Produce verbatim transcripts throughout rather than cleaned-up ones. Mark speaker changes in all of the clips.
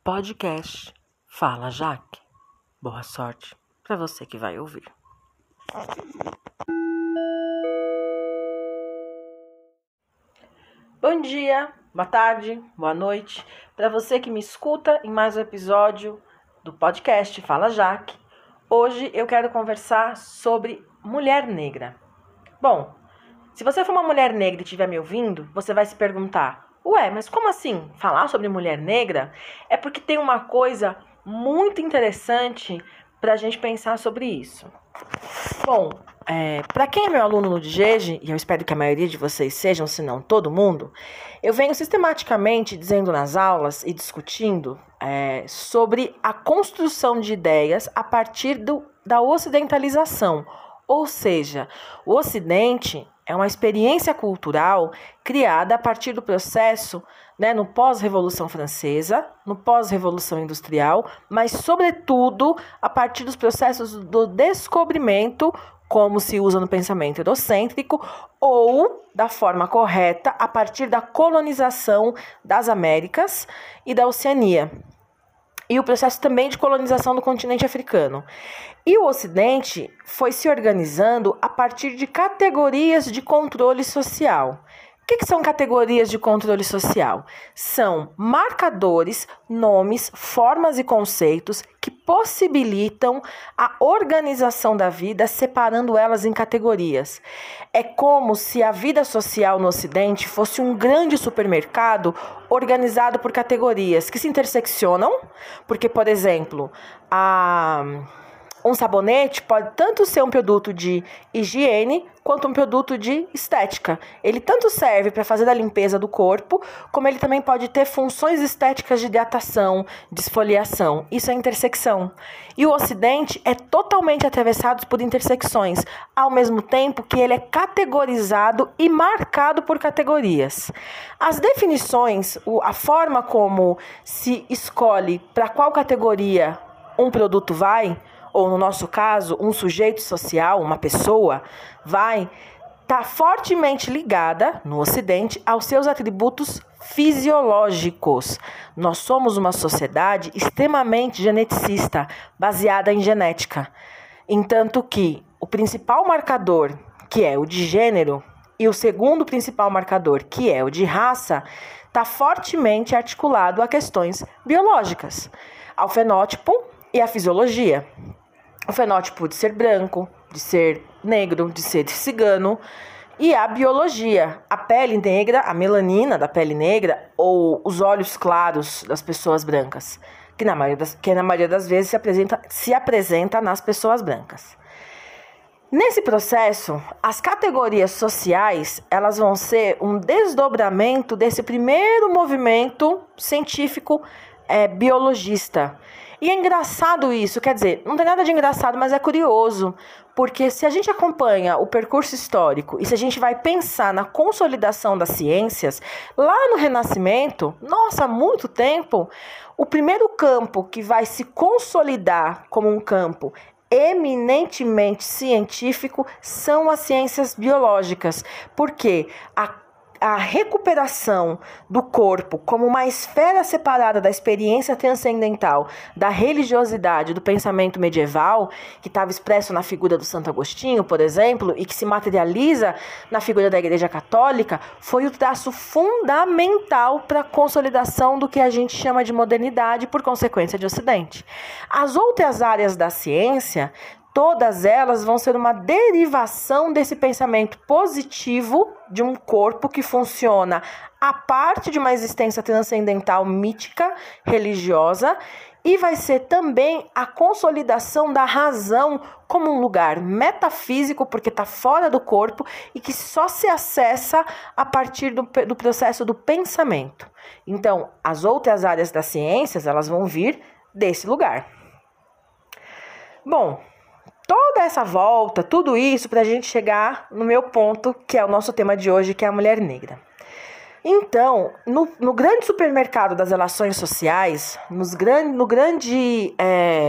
Speaker 1: Podcast Fala Jaque. Boa sorte para você que vai ouvir. Bom dia, boa tarde, boa noite para você que me escuta em mais um episódio do podcast Fala Jaque. Hoje eu quero conversar sobre mulher negra. Bom, se você for uma mulher negra e estiver me ouvindo, você vai se perguntar: ué, mas como assim? Falar sobre mulher negra? É porque tem uma coisa muito interessante para a gente pensar sobre isso. Bom, é, para quem é meu aluno no D G E G, e eu espero que a maioria de vocês sejam, se não todo mundo, eu venho sistematicamente dizendo nas aulas e discutindo é, sobre a construção de ideias a partir do, da ocidentalização. Ou seja, o Ocidente é uma experiência cultural criada a partir do processo, né, no pós-Revolução Francesa, no pós-Revolução Industrial, mas, sobretudo, a partir dos processos do descobrimento, como se usa no pensamento eurocêntrico, ou, da forma correta, a partir da colonização das Américas e da Oceania. E o processo também de colonização do continente africano. E o Ocidente foi se organizando a partir de categorias de controle social. O que, que são categorias de controle social? São marcadores, nomes, formas e conceitos que possibilitam a organização da vida, separando elas em categorias. É como se a vida social no Ocidente fosse um grande supermercado organizado por categorias que se interseccionam, porque, por exemplo, a... um sabonete pode tanto ser um produto de higiene quanto um produto de estética. Ele tanto serve para fazer a limpeza do corpo, como ele também pode ter funções estéticas de hidratação, de esfoliação. Isso é intersecção. E o Ocidente é totalmente atravessado por intersecções, ao mesmo tempo que ele é categorizado e marcado por categorias. As definições, a forma como se escolhe para qual categoria um produto vai, ou no nosso caso, um sujeito social, uma pessoa, vai estar tá fortemente ligada, no Ocidente, aos seus atributos fisiológicos. Nós somos uma sociedade extremamente geneticista, baseada em genética. Entanto que o principal marcador, que é o de gênero, e o segundo principal marcador, que é o de raça, está fortemente articulado a questões biológicas, ao fenótipo e à fisiologia. O fenótipo de ser branco, de ser negro, de ser cigano, e a biologia, a pele negra, a melanina da pele negra ou os olhos claros das pessoas brancas, que na maioria das, que na maioria das vezes se apresenta, se apresenta nas pessoas brancas. Nesse processo, as categorias sociais, elas vão ser um desdobramento desse primeiro movimento científico é, biologista. E é engraçado isso, quer dizer, não tem nada de engraçado, mas é curioso, porque se a gente acompanha o percurso histórico e se a gente vai pensar na consolidação das ciências, lá no Renascimento, nossa, há muito tempo, o primeiro campo que vai se consolidar como um campo eminentemente científico são as ciências biológicas, porque a A recuperação do corpo como uma esfera separada da experiência transcendental, da religiosidade, do pensamento medieval, que estava expresso na figura do Santo Agostinho, por exemplo, e que se materializa na figura da Igreja Católica, foi o traço fundamental para a consolidação do que a gente chama de modernidade, por consequência de Ocidente. As outras áreas da ciência, todas elas vão ser uma derivação desse pensamento positivo de um corpo que funciona a parte de uma existência transcendental mítica, religiosa, e vai ser também a consolidação da razão como um lugar metafísico, porque está fora do corpo e que só se acessa a partir do, do processo do pensamento. Então, as outras áreas das ciências, elas vão vir desse lugar. Bom, toda essa volta, tudo isso para a gente chegar no meu ponto, que é o nosso tema de hoje, que é a mulher negra. Então, no, no grande supermercado das relações sociais, nos gran, no grande é,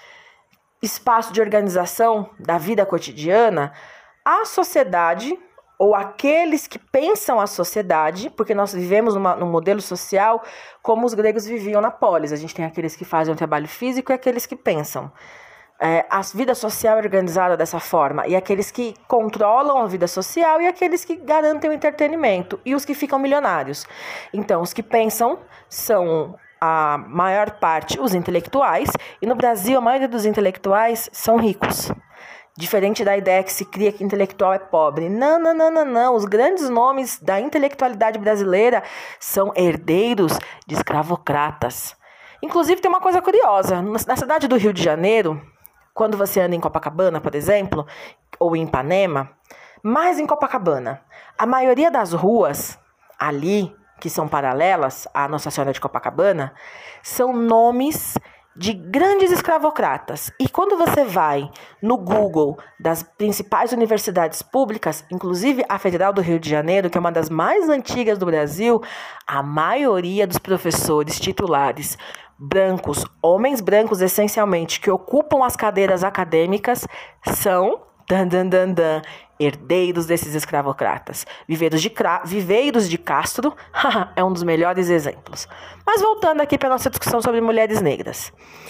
Speaker 1: espaço de organização da vida cotidiana, a sociedade ou aqueles que pensam a sociedade, porque nós vivemos numa, num modelo social como os gregos viviam na polis. A gente tem aqueles que fazem o trabalho físico e aqueles que pensam. É, a vida social é organizada dessa forma, e aqueles que controlam a vida social e aqueles que garantem o entretenimento, e os que ficam milionários. Então, os que pensam são a maior parte os intelectuais, e no Brasil a maioria dos intelectuais são ricos. Diferente da ideia que se cria que intelectual é pobre. Não, não, não, não, não. Os grandes nomes da intelectualidade brasileira são herdeiros de escravocratas. Inclusive, tem uma coisa curiosa. Na cidade do Rio de Janeiro, quando você anda em Copacabana, por exemplo, ou em Ipanema, mais em Copacabana, a maioria das ruas ali, que são paralelas à Nossa Senhora de Copacabana, são nomes de grandes escravocratas. E quando você vai no Google das principais universidades públicas, inclusive a Federal do Rio de Janeiro, que é uma das mais antigas do Brasil, a maioria dos professores titulares brancos, homens brancos essencialmente, que ocupam as cadeiras acadêmicas, são dan, dan, dan, dan, herdeiros desses escravocratas. Viveiros de, Cra- Viveiros de Castro é um dos melhores exemplos. Mas voltando aqui para a nossa discussão sobre mulheres negras.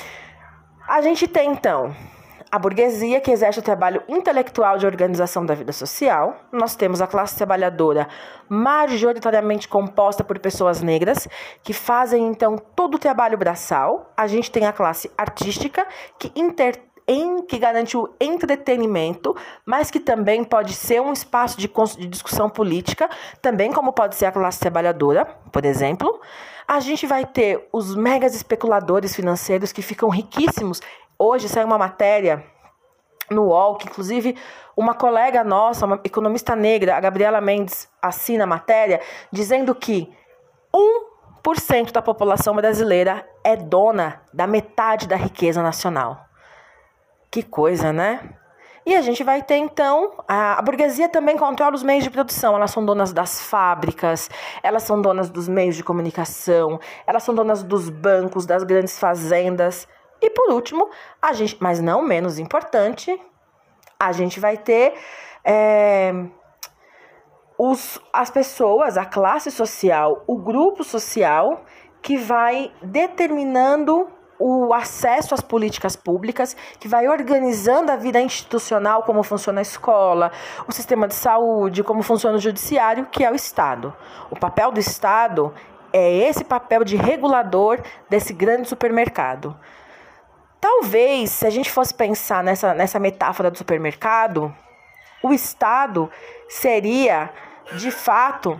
Speaker 1: A gente tem, então, a burguesia, que exerce o trabalho intelectual de organização da vida social. Nós temos a classe trabalhadora, majoritariamente composta por pessoas negras, que fazem, então, todo o trabalho braçal. A gente tem a classe artística, que inter Em, que garante o entretenimento, mas que também pode ser um espaço de, de discussão política, também como pode ser a classe trabalhadora, por exemplo. A gente vai ter os megas especuladores financeiros que ficam riquíssimos. Hoje saiu uma matéria no U O L, que inclusive uma colega nossa, uma economista negra, a Gabriela Mendes, assina a matéria, dizendo que um por cento da população brasileira é dona da metade da riqueza nacional. Que coisa, né? E a gente vai ter, então, a, a burguesia também controla os meios de produção. Elas são donas das fábricas, elas são donas dos meios de comunicação, elas são donas dos bancos, das grandes fazendas. E, por último, a gente, mas não menos importante, a gente vai ter é, os, as pessoas, a classe social, o grupo social que vai determinando o acesso às políticas públicas, que vai organizando a vida institucional, como funciona a escola, o sistema de saúde, como funciona o judiciário, que é o Estado. O papel do Estado é esse papel de regulador desse grande supermercado. Talvez, se a gente fosse pensar nessa, nessa metáfora do supermercado, o Estado seria, de fato,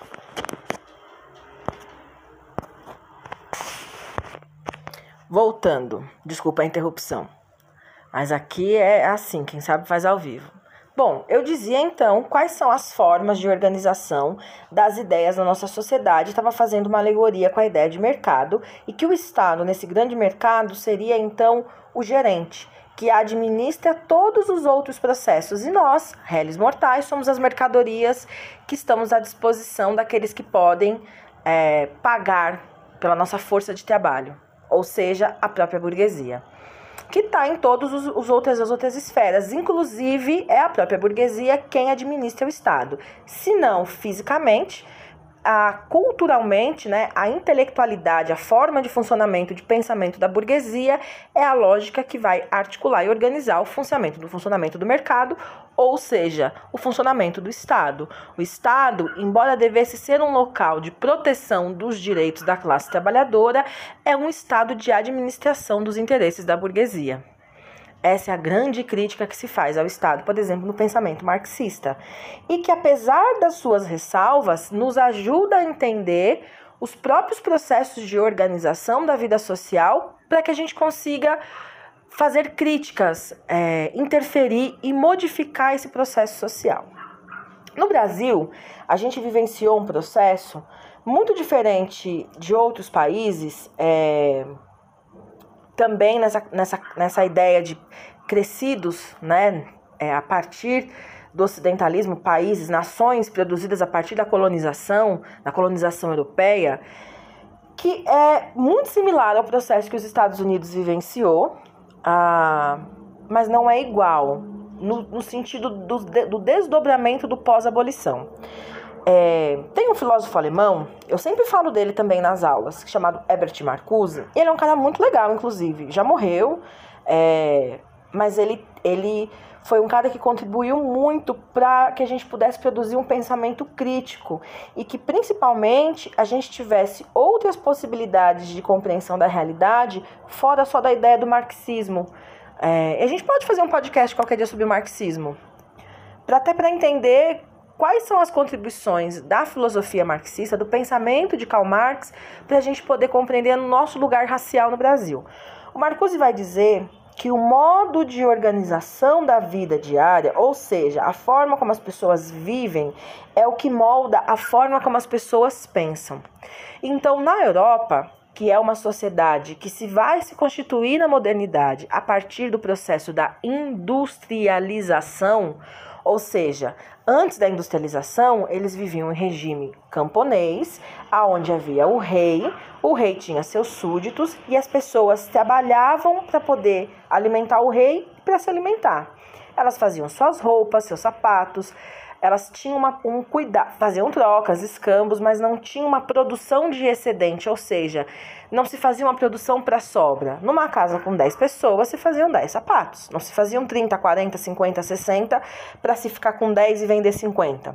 Speaker 1: voltando, desculpa a interrupção, mas aqui é assim, quem sabe faz ao vivo. Bom, eu dizia então quais são as formas de organização das ideias na nossa sociedade, estava fazendo uma alegoria com a ideia de mercado, e que o Estado, nesse grande mercado, seria então o gerente, que administra todos os outros processos, e nós, réis mortais, somos as mercadorias que estamos à disposição daqueles que podem é, pagar pela nossa força de trabalho. Ou seja, a própria burguesia, que está em todas os, os outras, as outras esferas. Inclusive, é a própria burguesia quem administra o Estado. Se não fisicamente, a, culturalmente, né, a intelectualidade, a forma de funcionamento, de pensamento da burguesia é a lógica que vai articular e organizar o funcionamento do funcionamento do mercado, ou seja, o funcionamento do Estado. O Estado, embora devesse ser um local de proteção dos direitos da classe trabalhadora, é um Estado de administração dos interesses da burguesia. Essa é a grande crítica que se faz ao Estado, por exemplo, no pensamento marxista, e que, apesar das suas ressalvas, nos ajuda a entender os próprios processos de organização da vida social para que a gente consiga fazer críticas, é, interferir e modificar esse processo social. No Brasil, a gente vivenciou um processo muito diferente de outros países, é, também nessa, nessa, nessa ideia de crescidos, né, é, a partir do ocidentalismo, países, nações produzidas a partir da colonização, da colonização europeia, que é muito similar ao processo que os Estados Unidos vivenciou, ah, mas não é igual. no, no sentido do, do desdobramento do pós-abolição. É, tem um filósofo alemão, eu sempre falo dele também nas aulas, chamado Herbert Marcuse. Ele é um cara muito legal, inclusive, já morreu, é, mas ele, ele foi um cara que contribuiu muito para que a gente pudesse produzir um pensamento crítico e que, principalmente, a gente tivesse outras possibilidades de compreensão da realidade fora só da ideia do marxismo. É, a gente pode fazer um podcast qualquer dia sobre o marxismo, pra, até para entender quais são as contribuições da filosofia marxista, do pensamento de Karl Marx, para a gente poder compreender o nosso lugar racial no Brasil. O Marcuse vai dizer que o modo de organização da vida diária, ou seja, a forma como as pessoas vivem, é o que molda a forma como as pessoas pensam. Então, na Europa, que é uma sociedade que se vai se constituir na modernidade a partir do processo da industrialização, ou seja, antes da industrialização, eles viviam em regime camponês, onde havia o rei, o rei tinha seus súditos e as pessoas trabalhavam para poder alimentar o rei e para se alimentar. Elas faziam suas roupas, seus sapatos, elas tinham uma, um cuidado, faziam trocas, escambos, mas não tinham uma produção de excedente, ou seja, não se fazia uma produção para sobra. Numa casa com dez pessoas, se faziam dez sapatos. Não se faziam trinta, quarenta, cinquenta, sessenta para se ficar com dez e vender cinquenta.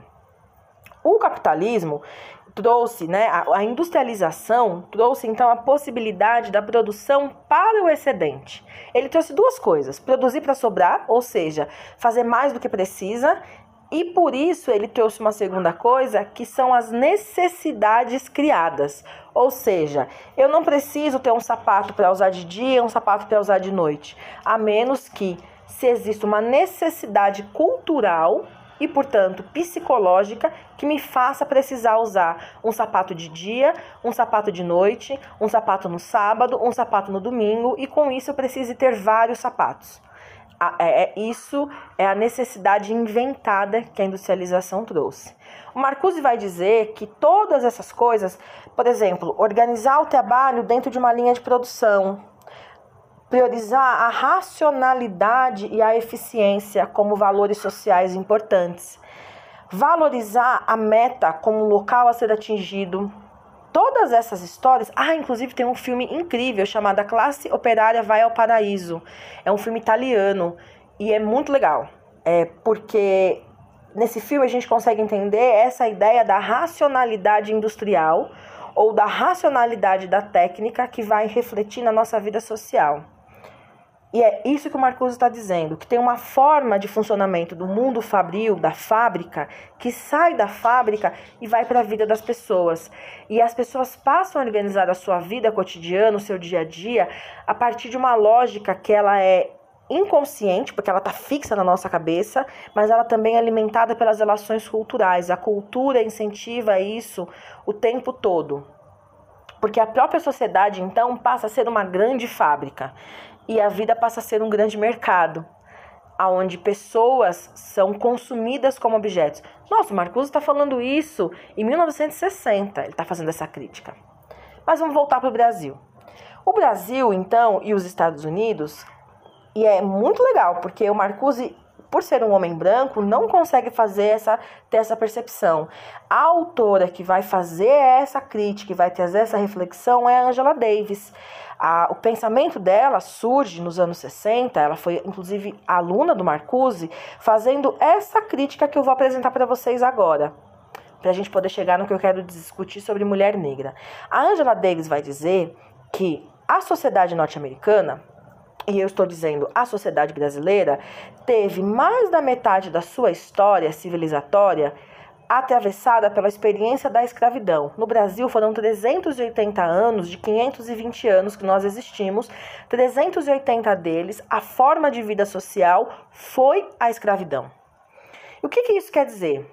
Speaker 1: O capitalismo trouxe, né, a, a industrialização trouxe então a possibilidade da produção para o excedente. Ele trouxe duas coisas: produzir para sobrar, ou seja, fazer mais do que precisa. E por isso ele trouxe uma segunda coisa, que são as necessidades criadas. Ou seja, eu não preciso ter um sapato para usar de dia e um sapato para usar de noite. A menos que, se existe uma necessidade cultural e, portanto, psicológica, que me faça precisar usar um sapato de dia, um sapato de noite, um sapato no sábado, um sapato no domingo. E com isso eu preciso ter vários sapatos. É, é, isso é a necessidade inventada que a industrialização trouxe. O Marcuse vai dizer que todas essas coisas, por exemplo, organizar o trabalho dentro de uma linha de produção, priorizar a racionalidade e a eficiência como valores sociais importantes, valorizar a meta como um local a ser atingido. Todas essas histórias... Ah, inclusive tem um filme incrível chamado A Classe Operária Vai ao Paraíso. É um filme italiano e é muito legal. É porque nesse filme a gente consegue entender essa ideia da racionalidade industrial ou da racionalidade da técnica que vai refletir na nossa vida social. E é isso que o Marcuse está dizendo, que tem uma forma de funcionamento do mundo fabril, da fábrica, que sai da fábrica e vai para a vida das pessoas. E as pessoas passam a organizar a sua vida cotidiana, o seu dia a dia, a partir de uma lógica que ela é inconsciente, porque ela está fixa na nossa cabeça, mas ela também é alimentada pelas relações culturais. A cultura incentiva isso o tempo todo. Porque a própria sociedade, então, passa a ser uma grande fábrica. E a vida passa a ser um grande mercado, onde pessoas são consumidas como objetos. Nossa, o Marcuse está falando isso em mil novecentos e sessenta, ele está fazendo essa crítica. Mas vamos voltar para o Brasil. O Brasil, então, e os Estados Unidos, e é muito legal, porque o Marcuse, por ser um homem branco, não consegue fazer essa, ter essa percepção. A autora que vai fazer essa crítica, que vai trazer essa reflexão, é a Angela Davis. A, o pensamento dela surge nos anos sessenta, ela foi inclusive aluna do Marcuse, fazendo essa crítica que eu vou apresentar para vocês agora, para a gente poder chegar no que eu quero discutir sobre mulher negra. A Angela Davis vai dizer que a sociedade norte-americana, e eu estou dizendo a sociedade brasileira, teve mais da metade da sua história civilizatória atravessada pela experiência da escravidão. No Brasil foram trezentos e oitenta anos, de quinhentos e vinte anos que nós existimos, trezentos e oitenta deles, a forma de vida social foi a escravidão. E o que, que isso quer dizer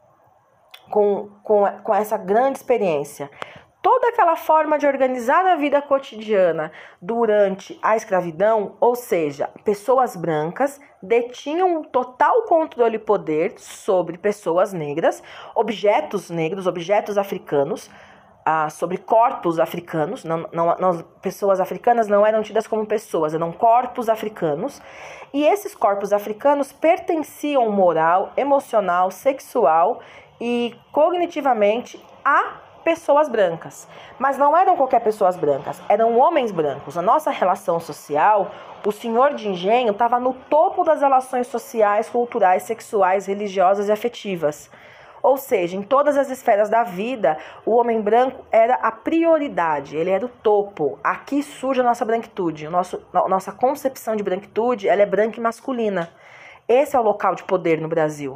Speaker 1: com, com, com essa grande experiência? Toda aquela forma de organizar a vida cotidiana durante a escravidão, ou seja, pessoas brancas detinham um total controle e poder sobre pessoas negras, objetos negros, objetos africanos, ah, sobre corpos africanos. Não, não, não, pessoas africanas não eram tidas como pessoas, eram corpos africanos. E esses corpos africanos pertenciam moral, emocional, sexual e cognitivamente a pessoas brancas. Mas não eram qualquer pessoas brancas, eram homens brancos. A nossa relação social, o senhor de engenho estava no topo das relações sociais, culturais, sexuais, religiosas e afetivas. Ou seja, em todas as esferas da vida, o homem branco era a prioridade, ele era o topo. Aqui surge a nossa branquitude, o nosso, a nossa concepção de branquitude, ela é branca e masculina. Esse é o local de poder no Brasil.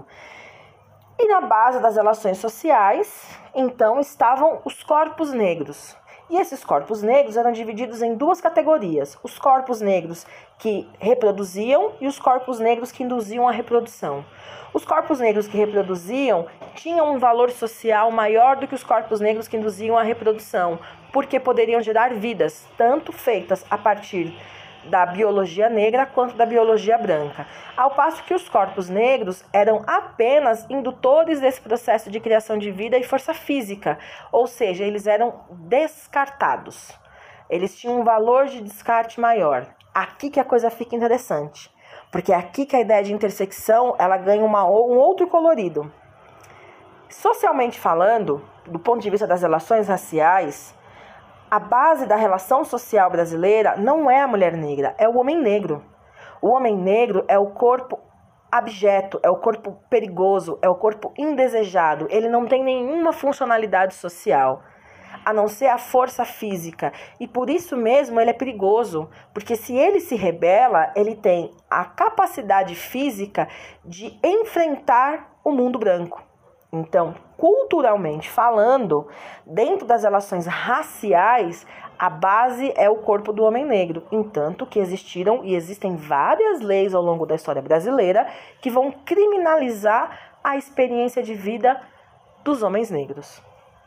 Speaker 1: E na base das relações sociais, então, estavam os corpos negros. E esses corpos negros eram divididos em duas categorias. Os corpos negros que reproduziam e os corpos negros que induziam a reprodução. Os corpos negros que reproduziam tinham um valor social maior do que os corpos negros que induziam a reprodução, porque poderiam gerar vidas, tanto feitas a partir da biologia negra quanto da biologia branca, ao passo que os corpos negros eram apenas indutores desse processo de criação de vida e força física, ou seja, eles eram descartados, eles tinham um valor de descarte maior. Aqui que a coisa fica interessante, porque é aqui que a ideia de intersecção ela ganha uma, um outro colorido. Socialmente falando, do ponto de vista das relações raciais, a base da relação social brasileira não é a mulher negra, é o homem negro. O homem negro é o corpo abjeto, é o corpo perigoso, é o corpo indesejado. Ele não tem nenhuma funcionalidade social, a não ser a força física. E por isso mesmo ele é perigoso, porque se ele se rebela, ele tem a capacidade física de enfrentar o mundo branco. Então, culturalmente falando, dentro das relações raciais, a base é o corpo do homem negro. Entanto que existiram e existem várias leis ao longo da história brasileira que vão criminalizar a experiência de vida dos homens negros.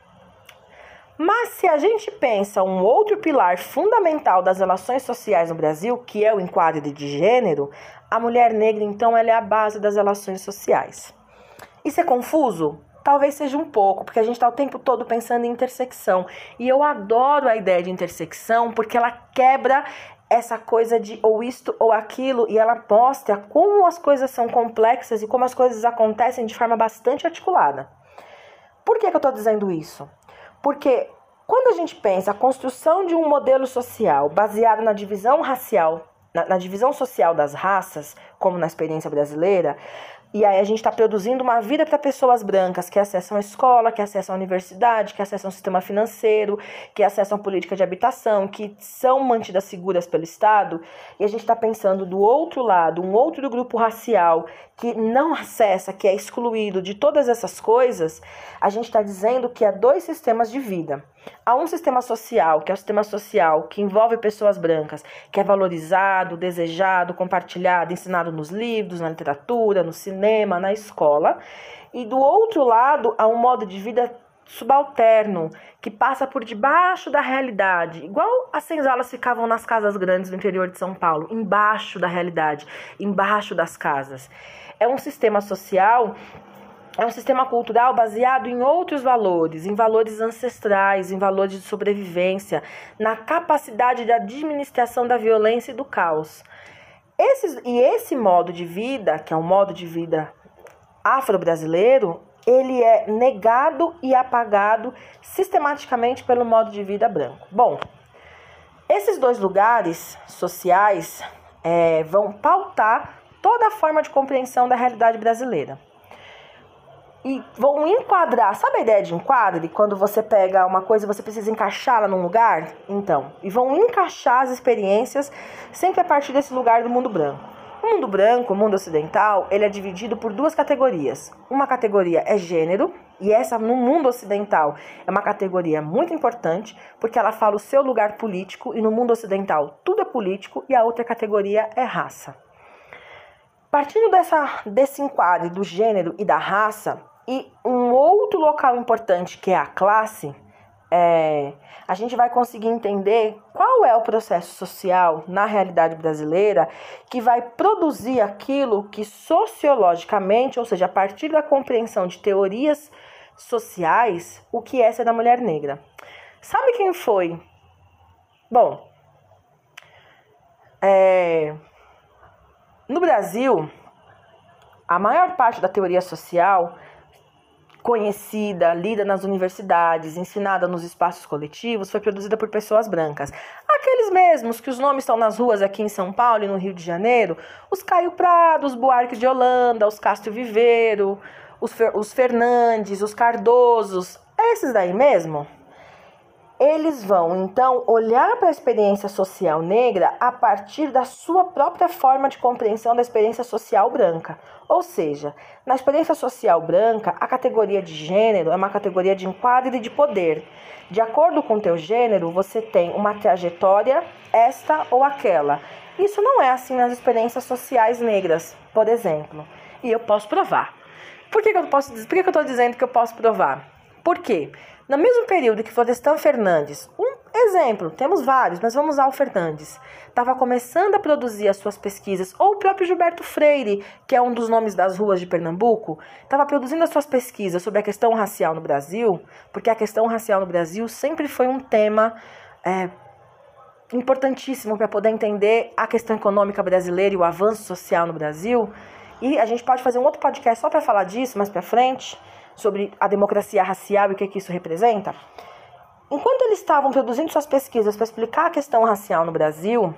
Speaker 1: Mas se a gente pensa um outro pilar fundamental das relações sociais no Brasil, que é o enquadro de gênero, a mulher negra, então, ela é a base das relações sociais. Isso é confuso? Talvez seja um pouco, porque a gente está o tempo todo pensando em intersecção. E eu adoro a ideia de intersecção, porque ela quebra essa coisa de ou isto ou aquilo, e ela mostra como as coisas são complexas e como as coisas acontecem de forma bastante articulada. Por que que eu estou dizendo isso? Porque quando a gente pensa a construção de um modelo social baseado na divisão racial, na, na divisão social das raças, como na experiência brasileira, e aí a gente está produzindo uma vida para pessoas brancas que acessam a escola, que acessam a universidade, que acessam o sistema financeiro, que acessam a política de habitação, que são mantidas seguras pelo Estado. E a gente está pensando do outro lado, um outro grupo racial que não acessa, que é excluído de todas essas coisas. A gente está dizendo que há dois sistemas de vida. Há um sistema social, que é o sistema social que envolve pessoas brancas, que é valorizado, desejado, compartilhado, ensinado nos livros, na literatura, no cinema, na escola. E do outro lado, há um modo de vida subalterno, que passa por debaixo da realidade, igual as senzalas ficavam nas casas grandes do interior de São Paulo, embaixo da realidade, embaixo das casas. É um sistema social... É um sistema cultural baseado em outros valores, em valores ancestrais, em valores de sobrevivência, na capacidade de administração da violência e do caos. Esse, e esse modo de vida, que é um modo de vida afro-brasileiro, ele é negado e apagado sistematicamente pelo modo de vida branco. Bom, esses dois lugares sociais é, vão pautar toda a forma de compreensão da realidade brasileira. E vão enquadrar, sabe a ideia de enquadre? Quando você pega uma coisa e você precisa encaixá-la num lugar? Então, e vão encaixar as experiências sempre a partir desse lugar do mundo branco. O mundo branco, o mundo ocidental, ele é dividido por duas categorias. Uma categoria é gênero, e essa no mundo ocidental é uma categoria muito importante, porque ela fala o seu lugar político, e no mundo ocidental tudo é político, e a outra categoria é raça. Partindo dessa, desse enquadre do gênero e da raça, e um outro local importante que é a classe, é, a gente vai conseguir entender qual é o processo social na realidade brasileira que vai produzir aquilo que sociologicamente, ou seja, a partir da compreensão de teorias sociais, o que é ser da mulher negra. Sabe quem foi? Bom, é, no Brasil, a maior parte da teoria social conhecida, lida nas universidades, ensinada nos espaços coletivos, foi produzida por pessoas brancas. Aqueles mesmos que os nomes estão nas ruas aqui em São Paulo e no Rio de Janeiro, os Caio Prado, os Buarque de Holanda, os Castro Viveiro, os, Fer- os Fernandes, os Cardosos, esses daí mesmo. Eles vão, então, olhar para a experiência social negra a partir da sua própria forma de compreensão da experiência social branca. Ou seja, na experiência social branca, a categoria de gênero é uma categoria de enquadro e de poder. De acordo com o teu gênero, você tem uma trajetória, esta ou aquela. Isso não é assim nas experiências sociais negras, por exemplo. E eu posso provar. Por que, que eu posso, por que, que eu estou dizendo que eu posso provar? Por quê? No mesmo período que Florestan Fernandes, um exemplo, temos vários, mas vamos usar o Fernandes, estava começando a produzir as suas pesquisas, ou o próprio Gilberto Freire, que é um dos nomes das ruas de Pernambuco, estava produzindo as suas pesquisas sobre a questão racial no Brasil, porque a questão racial no Brasil sempre foi um tema é, importantíssimo para poder entender a questão econômica brasileira e o avanço social no Brasil. E a gente pode fazer um outro podcast só para falar disso mais para frente, sobre a democracia racial e o que, que isso representa. Enquanto eles estavam produzindo suas pesquisas para explicar a questão racial no Brasil,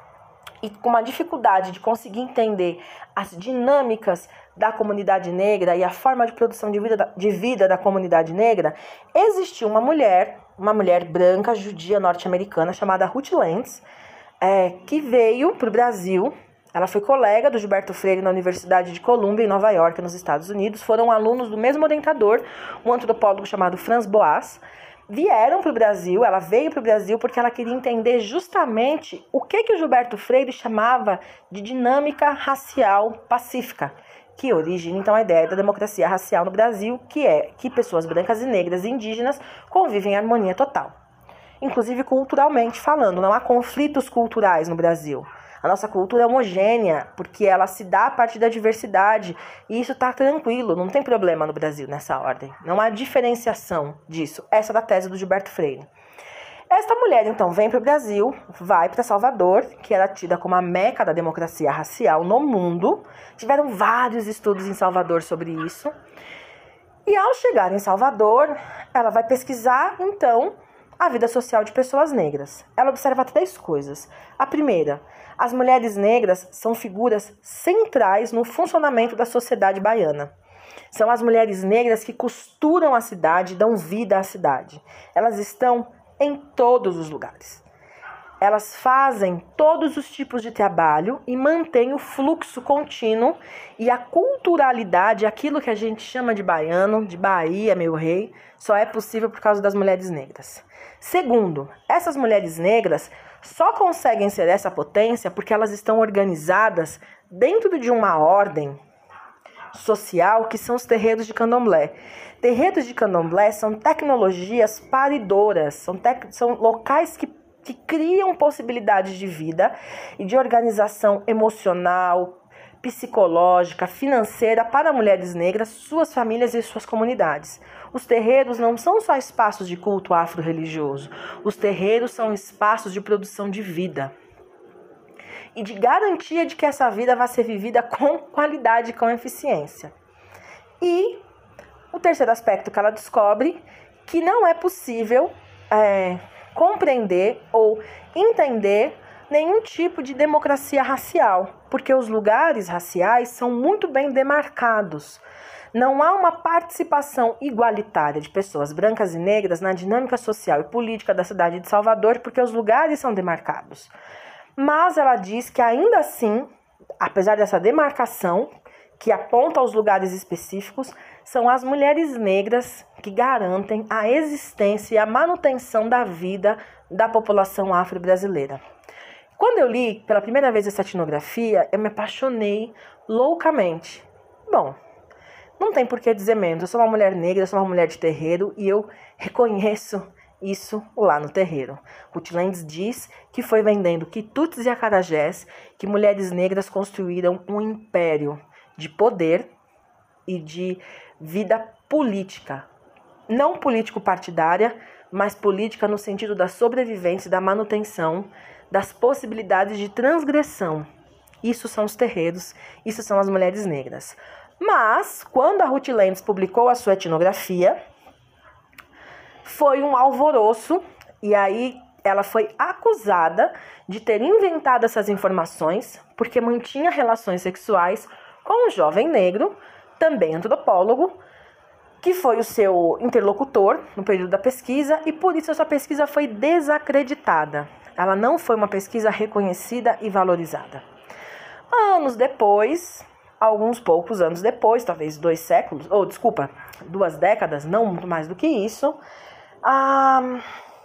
Speaker 1: e com uma dificuldade de conseguir entender as dinâmicas da comunidade negra e a forma de produção de vida, de vida da comunidade negra, existiu uma mulher, uma mulher branca, judia norte-americana, chamada Ruth Lentz, é, que veio para o Brasil. Ela foi colega do Gilberto Freire na Universidade de Columbia, em Nova York, nos Estados Unidos. Foram alunos do mesmo orientador, um antropólogo chamado Franz Boas. Vieram para o Brasil, ela veio para o Brasil porque ela queria entender justamente o que, que o Gilberto Freire chamava de dinâmica racial pacífica, que origina então a ideia da democracia racial no Brasil, que é que pessoas brancas e negras e indígenas convivem em harmonia total. Inclusive culturalmente falando, não há conflitos culturais no Brasil. A nossa cultura é homogênea, porque ela se dá a partir da diversidade, e isso está tranquilo, não tem problema no Brasil nessa ordem. Não há diferenciação disso. Essa é da tese do Gilberto Freire. Esta mulher, então, vem para o Brasil, vai para Salvador, que era tida como a meca da democracia racial no mundo. Tiveram vários estudos em Salvador sobre isso. E ao chegar em Salvador, ela vai pesquisar, então, a vida social de pessoas negras. Ela observa três coisas. A primeira, as mulheres negras são figuras centrais no funcionamento da sociedade baiana. São as mulheres negras que costuram a cidade, dão vida à cidade. Elas estão em todos os lugares. Elas fazem todos os tipos de trabalho e mantêm o fluxo contínuo e a culturalidade, aquilo que a gente chama de baiano, de Bahia, meu rei, só é possível por causa das mulheres negras. Segundo, essas mulheres negras só conseguem ser essa potência porque elas estão organizadas dentro de uma ordem social que são os terreiros de candomblé. Terreiros de candomblé são tecnologias paridoras, são, tec- são locais que, que criam possibilidades de vida e de organização emocional, psicológica, financeira para mulheres negras, suas famílias e suas comunidades. Os terreiros não são só espaços de culto afro-religioso. Os terreiros são espaços de produção de vida e de garantia de que essa vida vai ser vivida com qualidade e com eficiência. E o terceiro aspecto que ela descobre, que não é possível é, compreender ou entender nenhum tipo de democracia racial, porque os lugares raciais são muito bem demarcados. Não há uma participação igualitária de pessoas brancas e negras na dinâmica social e política da cidade de Salvador, porque os lugares são demarcados. Mas ela diz que ainda assim, apesar dessa demarcação, que aponta aos lugares específicos, são as mulheres negras que garantem a existência e a manutenção da vida da população afro-brasileira. Quando eu li pela primeira vez essa etnografia, eu me apaixonei loucamente. Bom, não tem por que dizer menos. Eu sou uma mulher negra, eu sou uma mulher de terreiro e eu reconheço isso lá no terreiro. Ruth Lentz diz que foi vendendo quitutes e acarajés que mulheres negras construíram um império de poder e de vida política não político-partidária, mas política no sentido da sobrevivência e da manutenção das possibilidades de transgressão. Isso são os terreiros, isso são as mulheres negras. Mas, quando a Ruth Lentz publicou a sua etnografia, foi um alvoroço, e aí ela foi acusada de ter inventado essas informações porque mantinha relações sexuais com um jovem negro, também antropólogo, que foi o seu interlocutor no período da pesquisa, e por isso essa pesquisa foi desacreditada. Ela não foi uma pesquisa reconhecida e valorizada. Anos depois, alguns poucos anos depois, talvez dois séculos, ou desculpa, duas décadas, não muito mais do que isso, ah,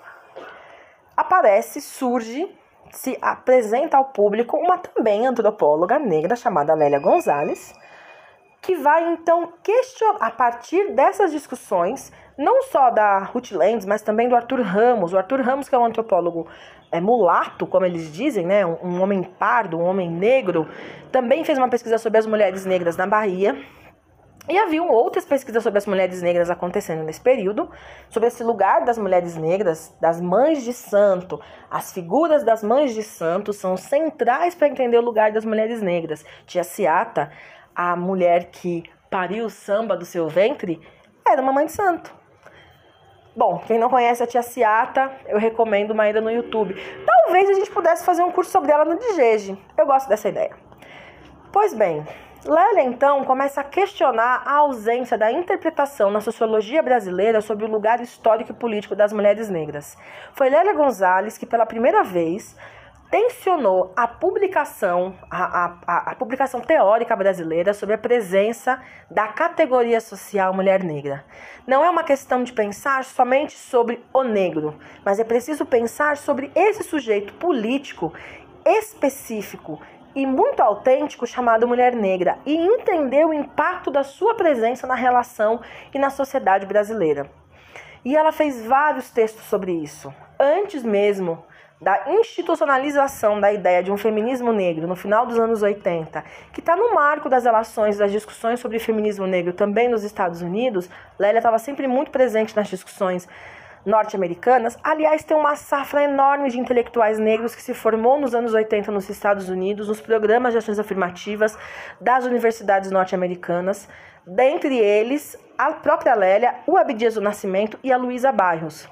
Speaker 1: aparece, surge, se apresenta ao público uma também antropóloga negra chamada Lélia Gonzalez, que vai então questionar, a partir dessas discussões, não só da Ruth Lentz, mas também do Arthur Ramos. O Arthur Ramos, que é um antropólogo é, mulato, como eles dizem, né, um, um homem pardo, um homem negro, também fez uma pesquisa sobre as mulheres negras na Bahia. E haviam outras pesquisas sobre as mulheres negras acontecendo nesse período, sobre esse lugar das mulheres negras, das mães de santo. As figuras das mães de santo são centrais para entender o lugar das mulheres negras. Tia Ciata, a mulher que pariu o samba do seu ventre, era uma mãe de santo. Bom, quem não conhece a Tia Ciata, eu recomendo uma ida no YouTube. Talvez a gente pudesse fazer um curso sobre ela no D G E G. Eu gosto dessa ideia. Pois bem, Lélia, então, começa a questionar a ausência da interpretação na sociologia brasileira sobre o lugar histórico e político das mulheres negras. Foi Lélia Gonzalez que, pela primeira vez, tensionou a publicação, a, a, a publicação teórica brasileira sobre a presença da categoria social mulher negra. Não é uma questão de pensar somente sobre o negro, mas é preciso pensar sobre esse sujeito político específico e muito autêntico chamado mulher negra e entender o impacto da sua presença na relação e na sociedade brasileira. E ela fez vários textos sobre isso. Antes mesmo da institucionalização da ideia de um feminismo negro no final dos anos oitenta, que está no marco das relações, das discussões sobre feminismo negro também nos Estados Unidos, Lélia estava sempre muito presente nas discussões norte-americanas. Aliás, tem uma safra enorme de intelectuais negros que se formou nos anos oitenta nos Estados Unidos, nos programas de ações afirmativas das universidades norte-americanas, dentre eles a própria Lélia, o Abdias do Nascimento e a Luísa Bairros.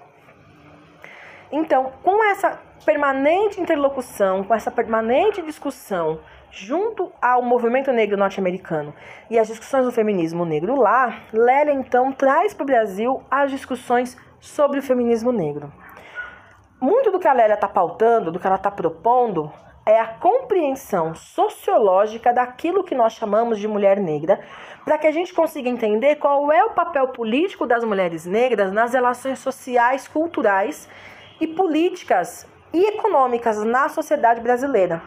Speaker 1: Então, com essa permanente interlocução, com essa permanente discussão junto ao movimento negro norte-americano e as discussões do feminismo negro lá, Lélia então traz para o Brasil as discussões sobre o feminismo negro. Muito do que a Lélia está pautando, do que ela está propondo, é a compreensão sociológica daquilo que nós chamamos de mulher negra, para que a gente consiga entender qual é o papel político das mulheres negras nas relações sociais, culturais e políticas e econômicas na sociedade brasileira.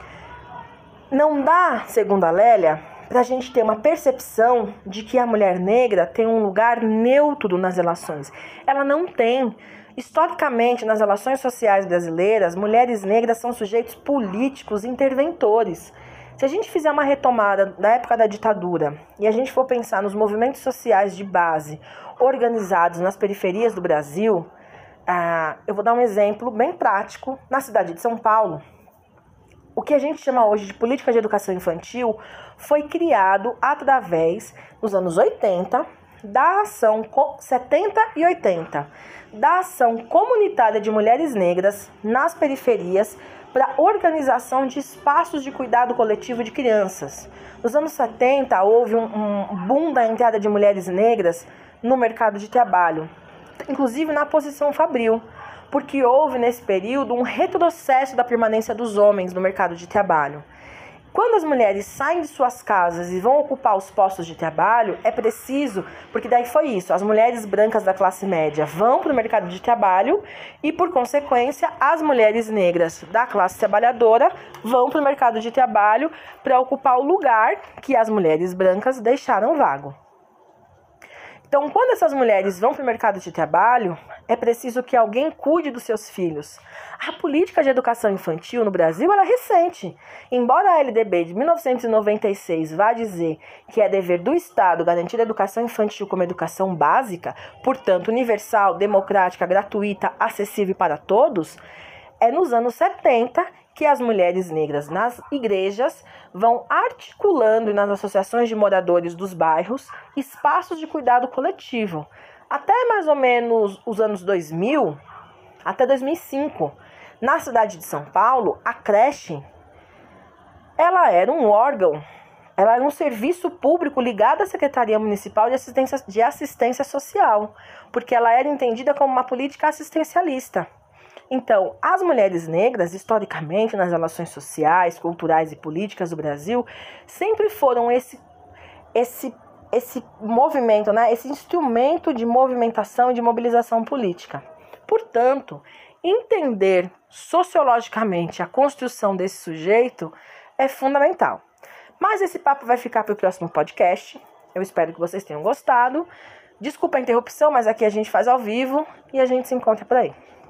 Speaker 1: Não dá, segundo a Lélia, para a gente ter uma percepção de que a mulher negra tem um lugar neutro nas relações. Ela não tem. Historicamente, nas relações sociais brasileiras, mulheres negras são sujeitos políticos interventores. Se a gente fizer uma retomada da época da ditadura e a gente for pensar nos movimentos sociais de base organizados nas periferias do Brasil, ah, eu vou dar um exemplo bem prático na cidade de São Paulo. O que a gente chama hoje de política de educação infantil foi criado através, nos anos oitenta, da ação setenta e oitenta, da ação comunitária de mulheres negras nas periferias para organização de espaços de cuidado coletivo de crianças. Nos anos setenta, houve um, um boom da entrada de mulheres negras no mercado de trabalho, inclusive na posição fabril, porque houve nesse período um retrocesso da permanência dos homens no mercado de trabalho. Quando as mulheres saem de suas casas e vão ocupar os postos de trabalho, é preciso, porque daí foi isso, as mulheres brancas da classe média vão para o mercado de trabalho e, por consequência, as mulheres negras da classe trabalhadora vão para o mercado de trabalho para ocupar o lugar que as mulheres brancas deixaram vago. Então, quando essas mulheres vão para o mercado de trabalho, é preciso que alguém cuide dos seus filhos. A política de educação infantil no Brasil ela é recente. Embora a L D B de mil novecentos e noventa e seis vá dizer que é dever do Estado garantir a educação infantil como educação básica, portanto universal, democrática, gratuita, acessível para todos, é nos anos setenta que as mulheres negras nas igrejas vão articulando nas associações de moradores dos bairros espaços de cuidado coletivo. Até mais ou menos os anos dois mil, até dois mil e cinco, na cidade de São Paulo, a creche, ela era um órgão, ela era um serviço público ligado à Secretaria Municipal de Assistência, de Assistência Social, porque ela era entendida como uma política assistencialista. Então, as mulheres negras, historicamente, nas relações sociais, culturais e políticas do Brasil, sempre foram esse, esse, esse movimento, né? Esse instrumento de movimentação e de mobilização política. Portanto, entender sociologicamente a construção desse sujeito é fundamental. Mas esse papo vai ficar para o próximo podcast. Eu espero que vocês tenham gostado. Desculpa a interrupção, mas aqui a gente faz ao vivo e a gente se encontra por aí.